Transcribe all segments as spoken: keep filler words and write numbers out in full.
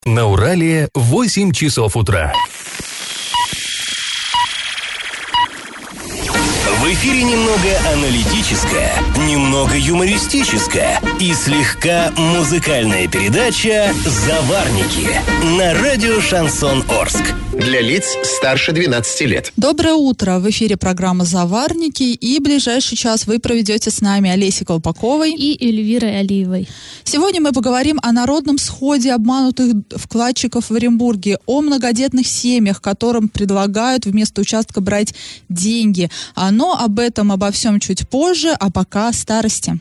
На Урале восемь часов утра. В эфире немного аналитическая, немного юмористическая и слегка музыкальная передача «Заварники» на радио «Шансон Орск». Для лиц старше двенадцати лет. Доброе утро. В эфире программа «Заварники». И ближайший час вы проведете с нами Олесей Колпаковой и Эльвирой Алиевой. Сегодня мы поговорим о народном сходе обманутых вкладчиков в Оренбурге, о многодетных семьях, которым предлагают вместо участка брать деньги. Но об этом, обо всем чуть позже, а пока о старости.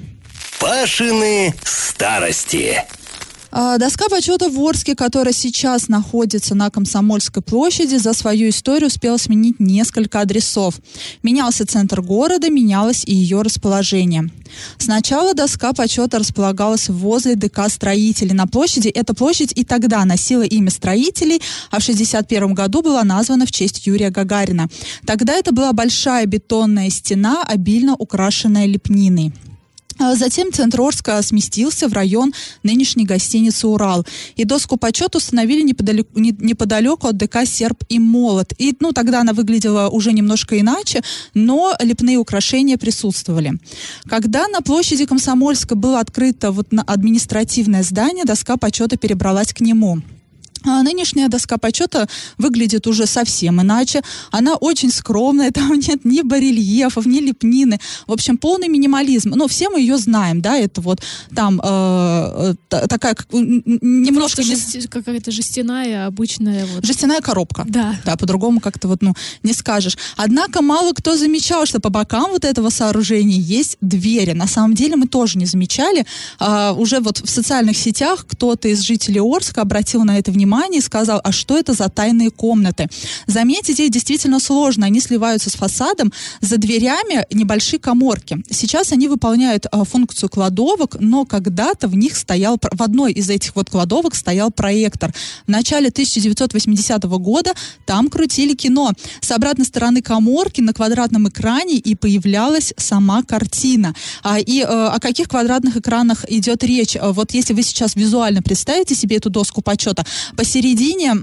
Пашины старости. Доска почета в Орске, которая сейчас находится на Комсомольской площади, за свою историю успела сменить несколько адресов. Менялся центр города, менялось и ее расположение. Сначала доска почета располагалась возле ДК строителей на площади. Эта площадь и тогда носила имя строителей, а в шестьдесят первом году была названа в честь Юрия Гагарина. Тогда это была большая бетонная стена, обильно украшенная лепниной. Затем центр Орска сместился в район нынешней гостиницы «Урал». И доску почета установили неподалеку, неподалеку от ДК «Серп и молот». И, ну, тогда она выглядела уже немножко иначе, но лепные украшения присутствовали. Когда на площади Комсомольска было открыто вот административное здание, доска почета перебралась к нему. А нынешняя доска почета выглядит уже совсем иначе. Она очень скромная, там нет ни барельефов, ни лепнины. В общем, полный минимализм. Ну, все мы ее знаем, да, это вот там э, э, такая как, немножко... Жести, какая-то жестяная, обычная... Вот. Жестяная коробка. Да. Да, по-другому как-то вот, ну, не скажешь. Однако мало кто замечал, что по бокам вот этого сооружения есть двери. На самом деле мы тоже не замечали. А, уже вот в социальных сетях кто-то из жителей Орска обратил на это внимание и сказал, а что это за тайные комнаты? Заметить их действительно сложно. Они сливаются с фасадом. За дверями небольшие каморки. Сейчас они выполняют а, функцию кладовок, но когда-то в них стоял, в одной из этих вот кладовок стоял проектор. В начале тысяча девятьсот восьмидесятого года там крутили кино. С обратной стороны каморки на квадратном экране и появлялась сама картина. А, и а, о каких квадратных экранах идет речь? А, вот если вы сейчас визуально представите себе эту доску почета, посередине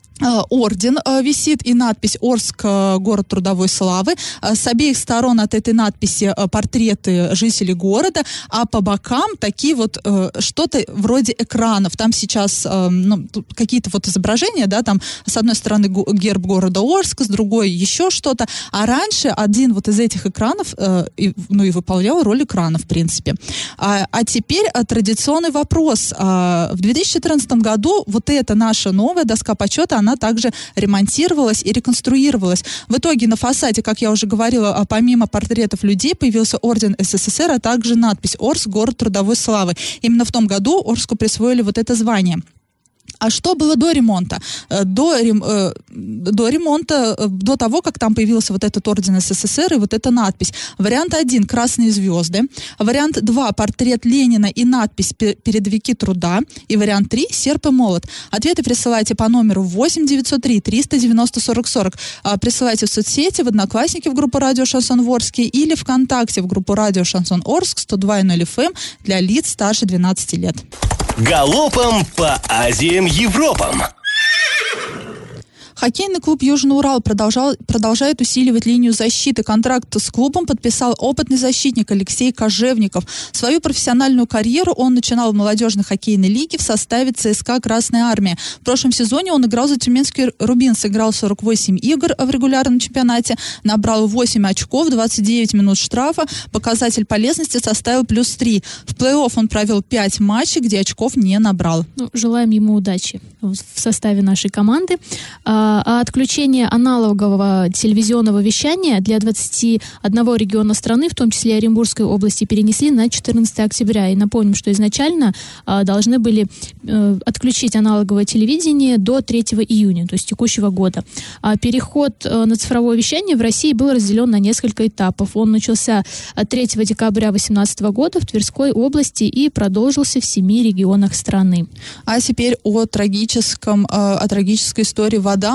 орден висит и надпись «Орск, город трудовой славы». С обеих сторон от этой надписи портреты жителей города, а по бокам такие вот что-то вроде экранов. Там сейчас ну, какие-то вот изображения, да, там с одной стороны герб города Орска, с другой еще что-то. А раньше один вот из этих экранов, ну и выполнял роль экрана, в принципе. А, а теперь традиционный вопрос. В две тысячи четырнадцатом году вот эта наша новая доска почета, она также ремонтировалась и реконструировалась. В итоге на фасаде, как я уже говорила, помимо портретов людей появился орден СССР, а также надпись «Орск, город трудовой славы». Именно в том году Орску присвоили вот это звание. А что было до ремонта? До, э, до ремонта, до того, как там появился вот этот орден СССР и вот эта надпись. Вариант один – красные звезды. Вариант два – портрет Ленина и надпись «Передовики труда». И вариант три – серп и молот. Ответы присылайте по номеру восемь девятьсот три триста девяносто сорок сорок. Присылайте в соцсети, в Одноклассники в группу «Радио Шансон Орск» или ВКонтакте в группу «Радио Шансон Орск» сто два и ноль эф эм для лиц старше двенадцати лет. Галопом по Азиям, Европам. Хоккейный клуб «Южный Урал» продолжал, продолжает усиливать линию защиты. Контракт с клубом подписал опытный защитник Алексей Кожевников. Свою профессиональную карьеру он начинал в молодежной хоккейной лиге в составе ЦСКА «Красная армия». В прошлом сезоне он играл за Тюменский «Рубин», сыграл сорок восемь игр в регулярном чемпионате, набрал восемь очков, двадцать девять минут штрафа. Показатель полезности составил плюс три. В плей-офф он провел пять матчей, где очков не набрал. Ну, желаем ему удачи в составе нашей команды. А отключение аналогового телевизионного вещания для двадцати одного региона страны, в том числе Оренбургской области, перенесли на четырнадцатое октября. И напомним, что изначально а, должны были а, отключить аналоговое телевидение до третьего июня, то есть текущего года. А переход а, на цифровое вещание в России был разделен на несколько этапов. Он начался третьего декабря две тысячи восемнадцатого года в Тверской области и продолжился в семи регионах страны. А теперь о трагическом, о трагической истории в Адамово.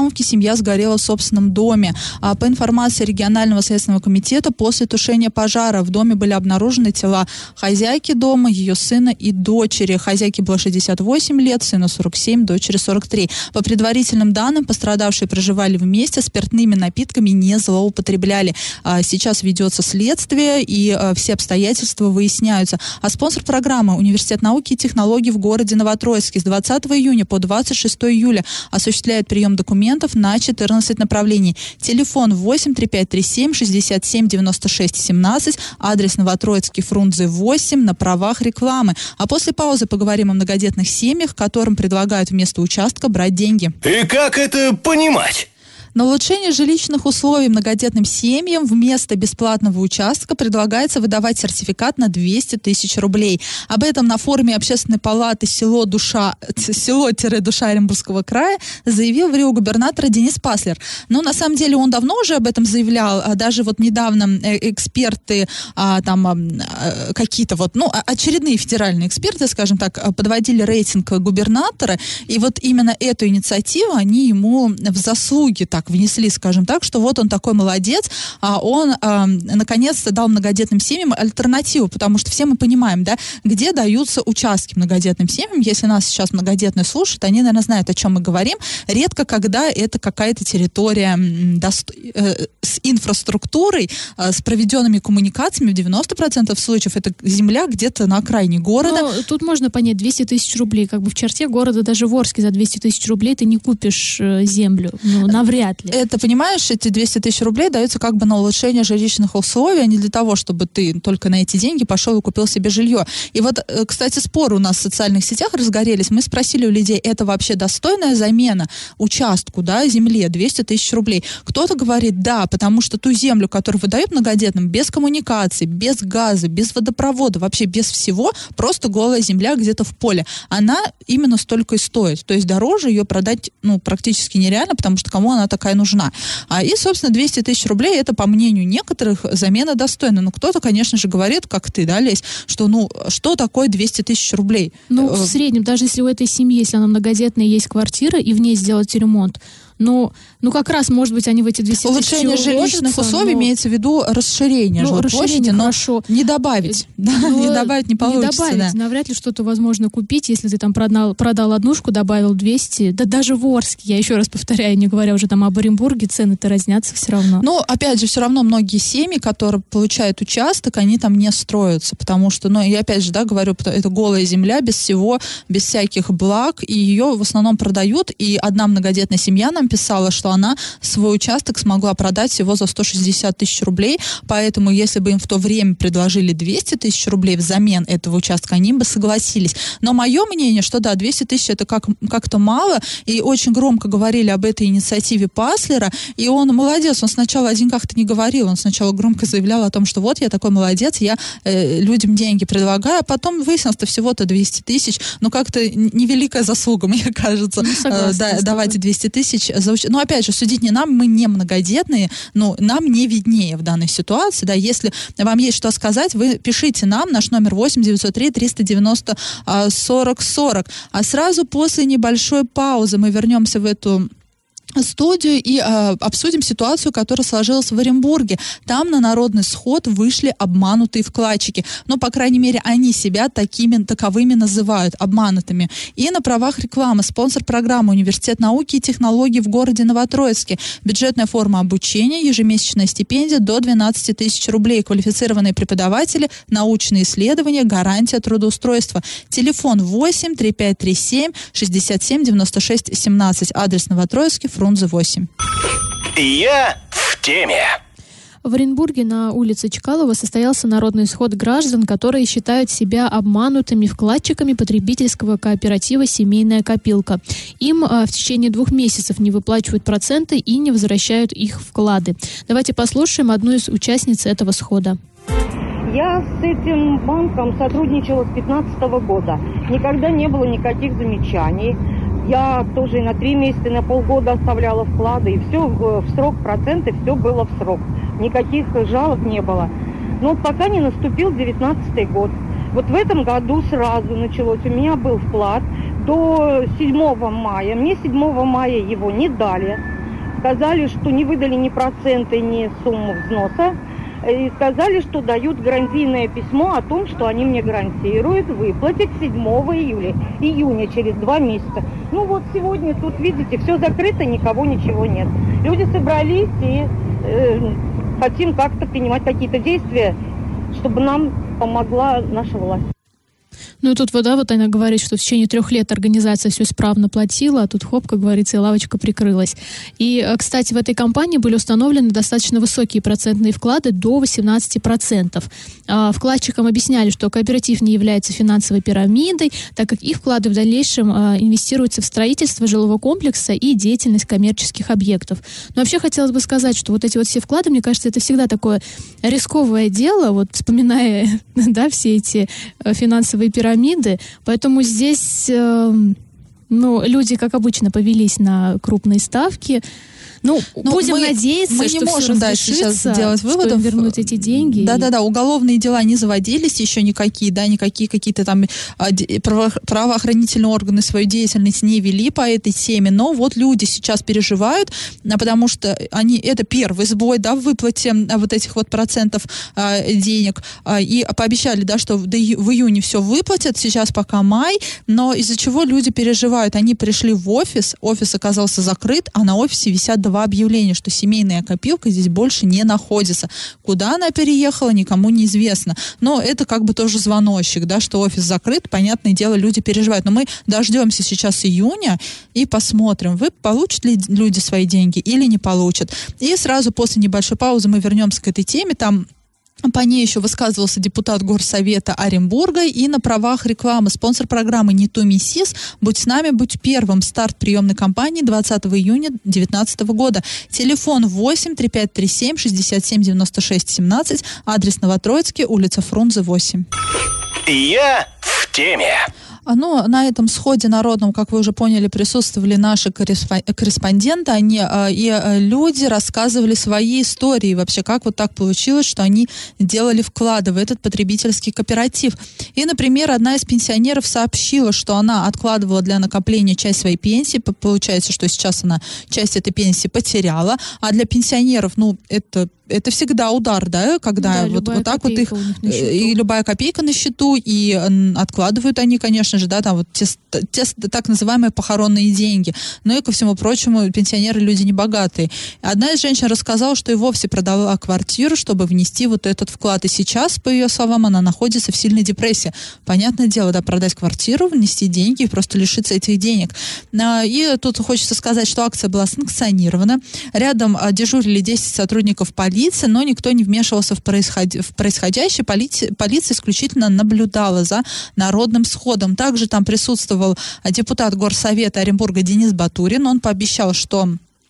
Харламовке семья сгорела в собственном доме. А по информации регионального следственного комитета, после тушения пожара в доме были обнаружены тела хозяйки дома, ее сына и дочери. Хозяйке было шестьдесят восемь лет, сыну сорок семь, дочери сорок три. По предварительным данным, пострадавшие проживали вместе, спиртными напитками не злоупотребляли. А сейчас ведется следствие, и а, все обстоятельства выясняются. А спонсор программы — Университет науки и технологий в городе Новотроицке с двадцатого июня по двадцать шестого июля осуществляет прием документов на четырнадцать направлений. Телефон восемь три пять три семь шестьдесят семь девяносто шесть семнадцать, адрес Новотроицкий, Фрунзе восемь, на правах рекламы. А после паузы поговорим о многодетных семьях, которым предлагают вместо участка брать деньги. И как это понимать? На улучшение жилищных условий многодетным семьям вместо бесплатного участка предлагается выдавать сертификат на двести тысяч рублей. Об этом на форуме Общественной палаты село Душа, село-Душа Оренбургского края заявил в Рио губернатор Денис Паслер. Но на самом деле он давно уже об этом заявлял. Даже вот недавно эксперты, там какие-то вот, ну, очередные федеральные эксперты, скажем так, подводили рейтинг губернатора. И вот именно эту инициативу они ему в заслуги так внесли, скажем так, что вот он такой молодец, а он а, наконец-то дал многодетным семьям альтернативу, потому что все мы понимаем, да, где даются участки многодетным семьям. Если нас сейчас многодетные слушают, они, наверное, знают, о чем мы говорим. Редко, когда это какая-то территория дост... э, с инфраструктурой, э, с проведенными коммуникациями, в девяноста процентах случаев это земля где-то на окраине города. Но тут можно понять, двести тысяч рублей, как бы в черте города, даже в Орске за двести тысяч рублей ты не купишь э, землю, ну, навряд ли. Это, понимаешь, эти двести тысяч рублей даются как бы на улучшение жилищных условий, а не для того, чтобы ты только на эти деньги пошел и купил себе жилье. И вот, кстати, споры у нас в социальных сетях разгорелись. Мы спросили у людей, это вообще достойная замена участку, да, земле, двести тысяч рублей. Кто-то говорит, да, потому что ту землю, которую выдают многодетным, без коммуникаций, без газа, без водопровода, вообще без всего, просто голая земля где-то в поле, она именно столько и стоит. То есть дороже ее продать, ну, практически нереально, потому что кому она такая нужна. А, и, собственно, двести тысяч рублей, это, по мнению некоторых, замена достойна. Ну, кто-то, конечно же, говорит, как ты, да, Лесь, что, ну, что такое двести тысяч рублей? Ну, в среднем, даже если у этой семьи, если она многодетная, есть квартира, и в ней сделать ремонт, ну, ну, как раз, может быть, они в эти двести тысяч улучшение жилищных условий, но... имеется в виду расширение ну, жилплощади, но хорошо. Не добавить. Да, не добавить не получится. Не добавить, да. Навряд ли что-то возможно купить, если ты там продал, продал однушку, добавил двести, да даже в Орске, я еще раз повторяю, не говоря уже там об Оренбурге, цены-то разнятся все равно. Ну, опять же, все равно многие семьи, которые получают участок, они там не строятся, потому что, ну, я опять же, да, говорю, это голая земля, без всего, без всяких благ, и ее в основном продают, и одна многодетная семья нам писала, что она свой участок смогла продать всего за сто шестьдесят тысяч рублей, поэтому если бы им в то время предложили двести тысяч рублей взамен этого участка, они бы согласились. Но мое мнение, что да, двести тысяч это как, как-то мало, и очень громко говорили об этой инициативе Паслера, и он молодец, он сначала о деньгах-то не говорил, он сначала громко заявлял о том, что вот я такой молодец, я э, людям деньги предлагаю, а потом выяснилось, что всего-то двести тысяч, ну как-то невеликая заслуга, мне кажется, ну, согласна, э, да, давайте двести тысяч за участок. Ну, опять же, судить не нам, мы не многодетные, но нам не виднее в данной ситуации, да, если вам есть что сказать, вы пишите нам, наш номер восемь девятьсот три триста девяносто сорок сорок, а сразу после небольшой паузы мы вернемся в эту студию и э, обсудим ситуацию, которая сложилась в Оренбурге. Там на народный сход вышли обманутые вкладчики. Но, по крайней мере, они себя такими, таковыми называют, обманутыми. И на правах рекламы спонсор программы Университет науки и технологий в городе Новотроицке. Бюджетная форма обучения, ежемесячная стипендия до двенадцать тысяч рублей. Квалифицированные преподаватели, научные исследования, гарантия трудоустройства. Телефон восемь три пять три семь шестьдесят семь девяносто шесть семнадцать. Адрес Новотроицкий, Фрунзе восемь. Я в теме. В Оренбурге на улице Чкалова состоялся народный сход граждан, которые считают себя обманутыми вкладчиками потребительского кооператива «Семейная копилка». Им а, в течение двух месяцев не выплачивают проценты и не возвращают их вклады. Давайте послушаем одну из участниц этого схода. Я с этим банком сотрудничала с две тысячи пятнадцатого года. Никогда не было никаких замечаний. Я тоже и на три месяца, и на полгода оставляла вклады, и все в срок, проценты, все было в срок. Никаких жалоб не было. Но пока не наступил девятнадцатый год. Вот в этом году сразу началось. У меня был вклад до седьмого мая. Мне седьмого мая его не дали. сказали, что не выдали ни проценты, ни сумму взноса. И сказали, что дают гарантийное письмо о том, что они мне гарантируют выплатить седьмого июля, июня, через два месяца. Ну вот сегодня тут, видите, все закрыто, никого, ничего нет. Люди собрались и э, хотим как-то принимать какие-то действия, чтобы нам помогла наша власть. Ну и тут вот, да, вот она говорит, что в течение трех лет организация все исправно платила, а тут хоп, как говорится, и лавочка прикрылась. И, кстати, в этой компании были установлены достаточно высокие процентные вклады, до восемнадцать процентов. А вкладчикам объясняли, что кооператив не является финансовой пирамидой, так как их вклады в дальнейшем а, инвестируются в строительство жилого комплекса и деятельность коммерческих объектов. Но вообще хотелось бы сказать, что вот эти вот все вклады, мне кажется, это всегда такое рисковое дело, вот вспоминая, да, все эти финансовые пирамиды. пирамиды, поэтому здесь, э, ну, люди, как обычно, повелись на крупные ставки. Ну, Но будем мы, надеяться, мы что не можем дальше сейчас делать выводов, что им вернуть эти деньги. Да-да-да, уголовные дела не заводились еще никакие, да, никакие какие-то там правоохранительные органы свою деятельность не вели по этой теме, но вот люди сейчас переживают, потому что они, это первый сбой, да, в выплате вот этих вот процентов а, денег, а, и пообещали, да, что в, в июне все выплатят, сейчас пока май, но из-за чего люди переживают? Они пришли в офис, офис оказался закрыт, а на офисе висят два объявления, что семейная копилка здесь больше не находится. Куда она переехала, никому не известно. Но это как бы тоже звоночек, да, что офис закрыт, понятное дело, люди переживают. Но мы дождемся сейчас июня и посмотрим, вы получат ли люди свои деньги или не получат. И сразу после небольшой паузы мы вернемся к этой теме. Там по ней еще высказывался депутат Горсовета Оренбурга, и на правах рекламы спонсор программы «Не то МИСИС». Будь с нами, будь первым. Старт приемной кампании двадцатого июня две тысячи девятнадцатого года. Телефон восемь три пять три семь шестьдесят семь девяносто шесть семнадцать. Адрес Новотроицкий, улица Фрунзе, восемь. Я в теме. Ну, на этом сходе народном, как вы уже поняли, присутствовали наши корреспонденты, они э, и э, люди рассказывали свои истории, вообще, как вот так получилось, что они делали вклады в этот потребительский кооператив. И, например, одна из пенсионеров сообщила, что она откладывала для накопления часть своей пенсии, получается, что сейчас она часть этой пенсии потеряла, а для пенсионеров, ну, это... Это всегда удар, да, когда да, вот, вот так вот их, и любая копейка на счету, и откладывают они, конечно же, да, там вот те, те так называемые похоронные деньги. Но и ко всему прочему, пенсионеры люди не богатые. Одна из женщин рассказала, что и вовсе продала квартиру, чтобы внести вот этот вклад. И сейчас, по ее словам, она находится в сильной депрессии. Понятное дело, да, продать квартиру, внести деньги и просто лишиться этих денег. И тут хочется сказать, что акция была санкционирована. Рядом дежурили десять сотрудников полиции, но никто не вмешивался в, происход... в происходящее. Полиция... Полиция исключительно наблюдала за народным сходом. Также там присутствовал депутат Горсовета Оренбурга Денис Батурин. Он пообещал, что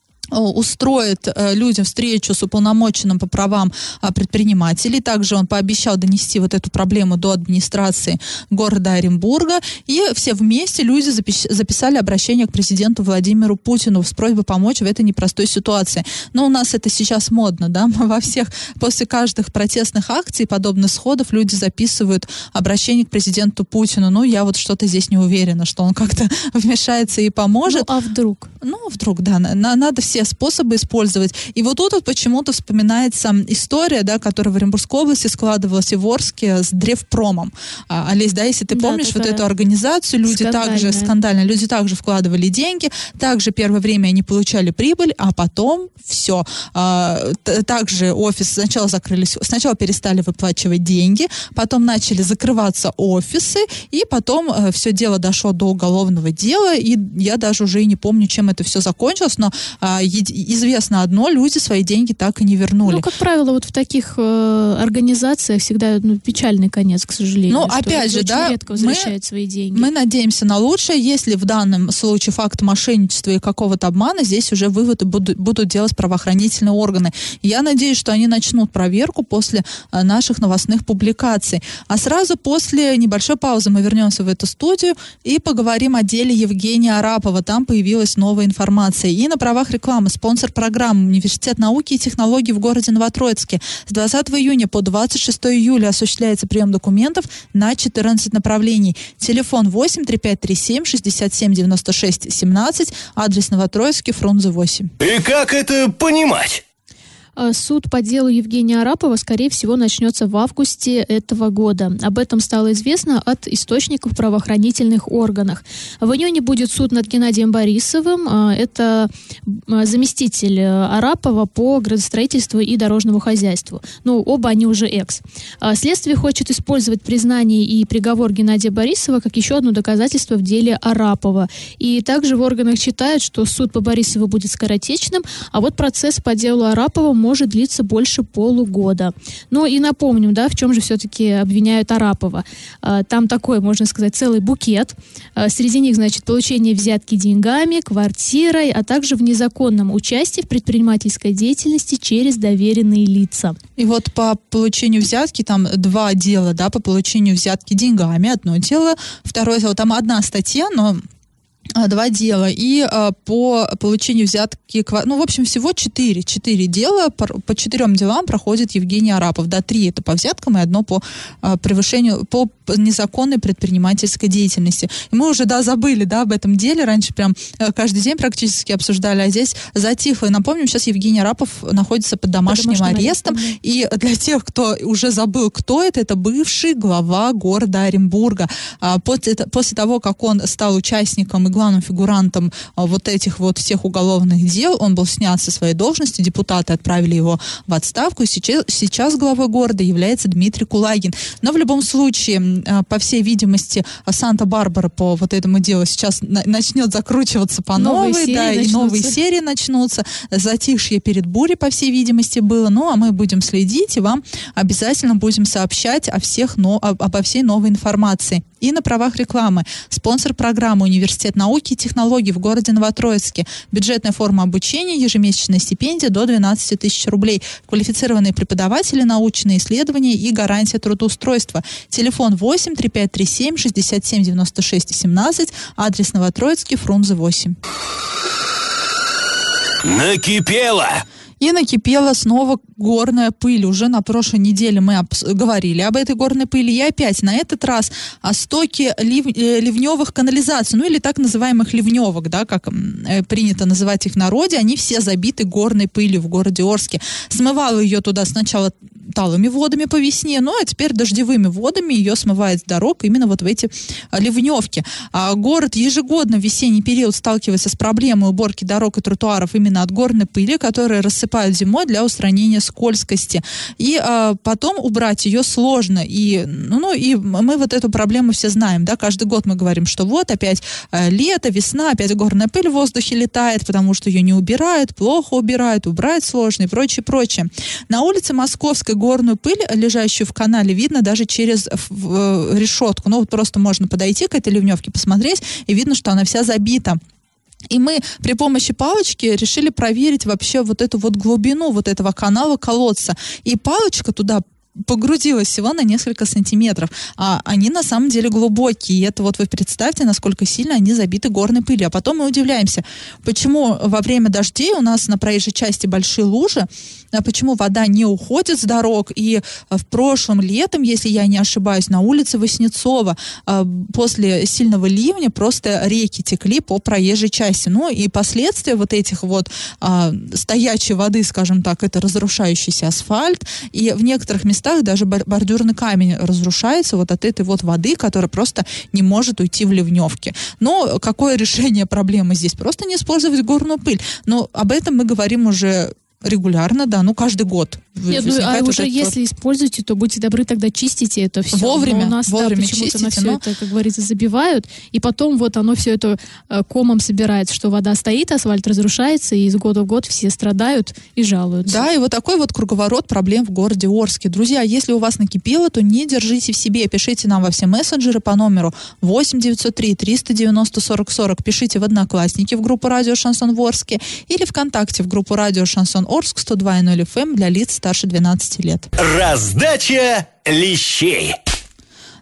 устроит э, людям встречу с уполномоченным по правам э, предпринимателей. Также он пообещал донести вот эту проблему до администрации города Оренбурга. И все вместе люди запис- записали обращение к президенту Владимиру Путину с просьбой помочь в этой непростой ситуации. Но у нас это сейчас модно, да? Во всех, после каждых протестных акций, подобных сходов, люди записывают обращение к президенту Путину. Ну, я вот что-то здесь не уверена, что он как-то вмешается и поможет. Ну, а вдруг? Ну, вдруг, да. На- надо все способы использовать. И вот тут вот почему-то вспоминается история, да, которая в Оренбургской области складывалась и в Орске с Древпромом. А, Олесь, да, если ты помнишь да, вот эту организацию, люди также, скандально, люди также вкладывали деньги, также первое время они получали прибыль, а потом все. А, т- также офис сначала закрылись, сначала перестали выплачивать деньги, потом начали закрываться офисы, и потом а, все дело дошло до уголовного дела, и я даже уже и не помню, чем это все закончилось, но а, известно одно, люди свои деньги так и не вернули. Ну, как правило, вот в таких э, организациях всегда ну, печальный конец, к сожалению. Ну, опять же, очень да, редко возвращают мы, свои деньги. Мы надеемся на лучшее. Если в данном случае факт мошенничества и какого-то обмана, здесь уже выводы будут, будут делать правоохранительные органы. Я надеюсь, что они начнут проверку после а, наших новостных публикаций. А сразу после небольшой паузы мы вернемся в эту студию и поговорим о деле Евгения Арапова. Там появилась новая информация. И на правах рекламы реклама. Спонсор программы Университет науки и технологий в городе Новотроицке. С двадцатого июня по двадцать шестого июля осуществляется прием документов на четырнадцать направлений. Телефон восемь три пять три семь шестьдесят семь девяносто шесть семнадцать, адрес Новотроицкий, Фрунзе восемь. И как это понимать? Суд по делу Евгения Арапова, скорее всего, начнется в августе этого года. Об этом стало известно от источников в правоохранительных органах. В июне будет суд над Геннадием Борисовым. Это заместитель Арапова по градостроительству и дорожному хозяйству. Ну, оба они уже экс. Следствие хочет использовать признание и приговор Геннадия Борисова как еще одно доказательство в деле Арапова. И также в органах считают, что суд по Борисову будет скоротечным, а вот процесс по делу Арапова может длиться больше полугода. Ну и напомним, да, в чем же все-таки обвиняют Арапова. Там такой, можно сказать, целый букет. Среди них, значит, получение взятки деньгами, квартирой, а также в незаконном участии в предпринимательской деятельности через доверенные лица. И вот по получению взятки там два дела, да, по получению взятки деньгами одно дело, второе дело, там одна статья, но два дела. И а, по получению взятки, ну, в общем, всего четыре. Четыре дела. По, по четырем делам проходит Евгений Арапов. Да, три это по взяткам и одно по а, превышению, по незаконной предпринимательской деятельности. И мы уже, да, забыли, да, об этом деле. Раньше прям каждый день практически обсуждали, а здесь затихло. И напомним, сейчас Евгений Арапов находится под домашним, под домашним арестом. арестом. И для тех, кто уже забыл, кто это, это бывший глава города Оренбурга. А, после, после того, как он стал участником и главным фигурантом а, вот этих вот всех уголовных дел, он был снят со своей должности, депутаты отправили его в отставку, и сейчас, сейчас главой города является Дмитрий Кулагин. Но в любом случае, а, по всей видимости, Санта-Барбара по вот этому делу сейчас на, начнет закручиваться по новой, новой да, и новые серии начнутся. Затишье перед бурей, по всей видимости, было. Ну, а мы будем следить и вам обязательно будем сообщать о всех, но, обо всей новой информации. И на правах рекламы. Спонсор программы Университет науки и технологий в городе Новотроицке. Бюджетная форма обучения, ежемесячная стипендия до двенадцать тысяч рублей. Квалифицированные преподаватели, научные исследования и гарантия трудоустройства. Телефон восемь три пять три семь шестьдесят семь девяносто шесть семнадцать. Адрес Новотроицкий, Фрунзе восемь. Накипело! И накипела снова горная пыль. Уже на прошлой неделе мы об, говорили об этой горной пыли. И опять на этот раз о стоке лив, э, ливневых канализаций, ну или так называемых ливневок, да, как э, принято называть их в народе, они все забиты горной пылью в городе Орске. Смывало ее туда сначала талыми водами по весне, ну а теперь дождевыми водами ее смывает с дорог именно вот в эти а, ливневки. А город ежегодно в весенний период сталкивается с проблемой уборки дорог и тротуаров именно от горной пыли, которая рассыпают зимой для устранения скользкости. И а, потом убрать ее сложно. И, ну, и мы вот эту проблему все знаем, да, каждый год мы говорим, что вот опять а, лето, весна, опять горная пыль в воздухе летает, потому что ее не убирают, плохо убирают, убрать сложно и прочее, прочее. На улице Московской горную пыль, лежащую в канале, видно даже через в, решетку. Ну, вот просто можно подойти к этой ливневке, посмотреть, и видно, что она вся забита. И мы при помощи палочки решили проверить вообще вот эту вот глубину вот этого канала, колодца. И палочка туда погрузилась всего на несколько сантиметров, а они на самом деле глубокие, и это вот вы представьте, насколько сильно они забиты горной пылью. А потом мы удивляемся, почему во время дождей у нас на проезжей части большие лужи, а почему вода не уходит с дорог, и в прошлом летом, если я не ошибаюсь, на улице Васнецова после сильного ливня просто реки текли по проезжей части. Ну и последствия вот этих вот а, стоячей воды, скажем так, это разрушающийся асфальт, и в некоторых местах даже бордюрный камень разрушается вот от этой вот воды, которая просто не может уйти в ливневки. Но какое решение проблемы здесь? Просто не использовать горную пыль. Но об этом мы говорим уже регулярно, да, ну каждый год. Нет, ну, а уже вот если вот... используете, то будьте добры, тогда чистите это все. Вовремя, но у нас, вовремя да, почему-то чистите, на все но... это, как говорится, забивают, и потом вот оно все это э, комом собирается, что вода стоит, асфальт разрушается, и из года в год все страдают и жалуются. Да, и вот такой вот круговорот проблем в городе Орске. Друзья, если у вас накипело, то не держите в себе, пишите нам во все мессенджеры по номеру восемь девятьсот три триста девяносто сорок сорок, пишите в Одноклассники в группу Радио Шансон в Орске или ВКонтакте в группу Радио Шансон Орск сто два и ноль эф эм для лиц старше двенадцати лет. Раздача лещей.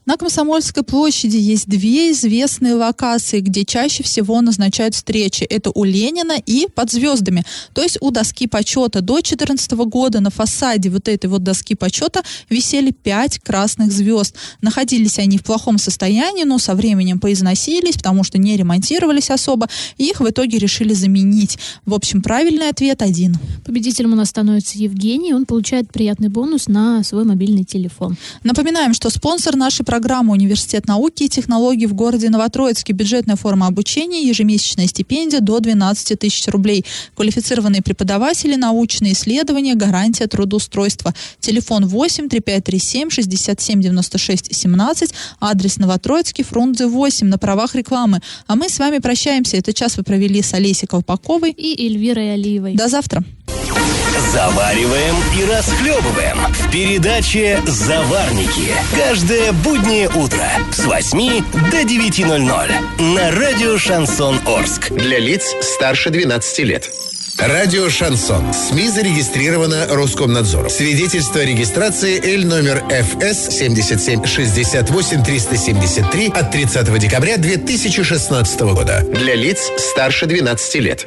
На Комсомольской площади есть две известные локации, где чаще всего назначают встречи. Это у Ленина и под звездами. То есть у доски почета. До две тысячи четырнадцатого года на фасаде вот этой вот доски почета висели пять красных звезд. Находились они в плохом состоянии, но со временем поизносились, потому что не ремонтировались особо. И их в итоге решили заменить. В общем, правильный ответ один. Победителем у нас становится Евгений. Он получает приятный бонус на свой мобильный телефон. Напоминаем, что спонсор нашей программы Университет науки и технологий в городе Новотроицке. Бюджетная форма обучения, ежемесячная стипендия до двенадцать тысяч рублей. Квалифицированные преподаватели, научные исследования, гарантия трудоустройства. Телефон восемь три пять три семь шестьдесят семь девяносто шесть семнадцать. Адрес Новотроицкий, Фрунзе восемь, на правах рекламы. А мы с вами прощаемся. Этот час вы провели с Олесей Колпаковой и Эльвирой Алиевой. До завтра. Завариваем и расхлебываем в передаче «Заварники». Каждое буднее утро с восьми до девяти ноль-ноль на радио «Шансон Орск». Для лиц старше двенадцати лет. Радио «Шансон». СМИ зарегистрировано Роскомнадзором. Свидетельство о регистрации Л номер Ф С семь семь шесть восемь три семь три от тридцатого декабря две тысячи шестнадцатого года. Для лиц старше двенадцати лет.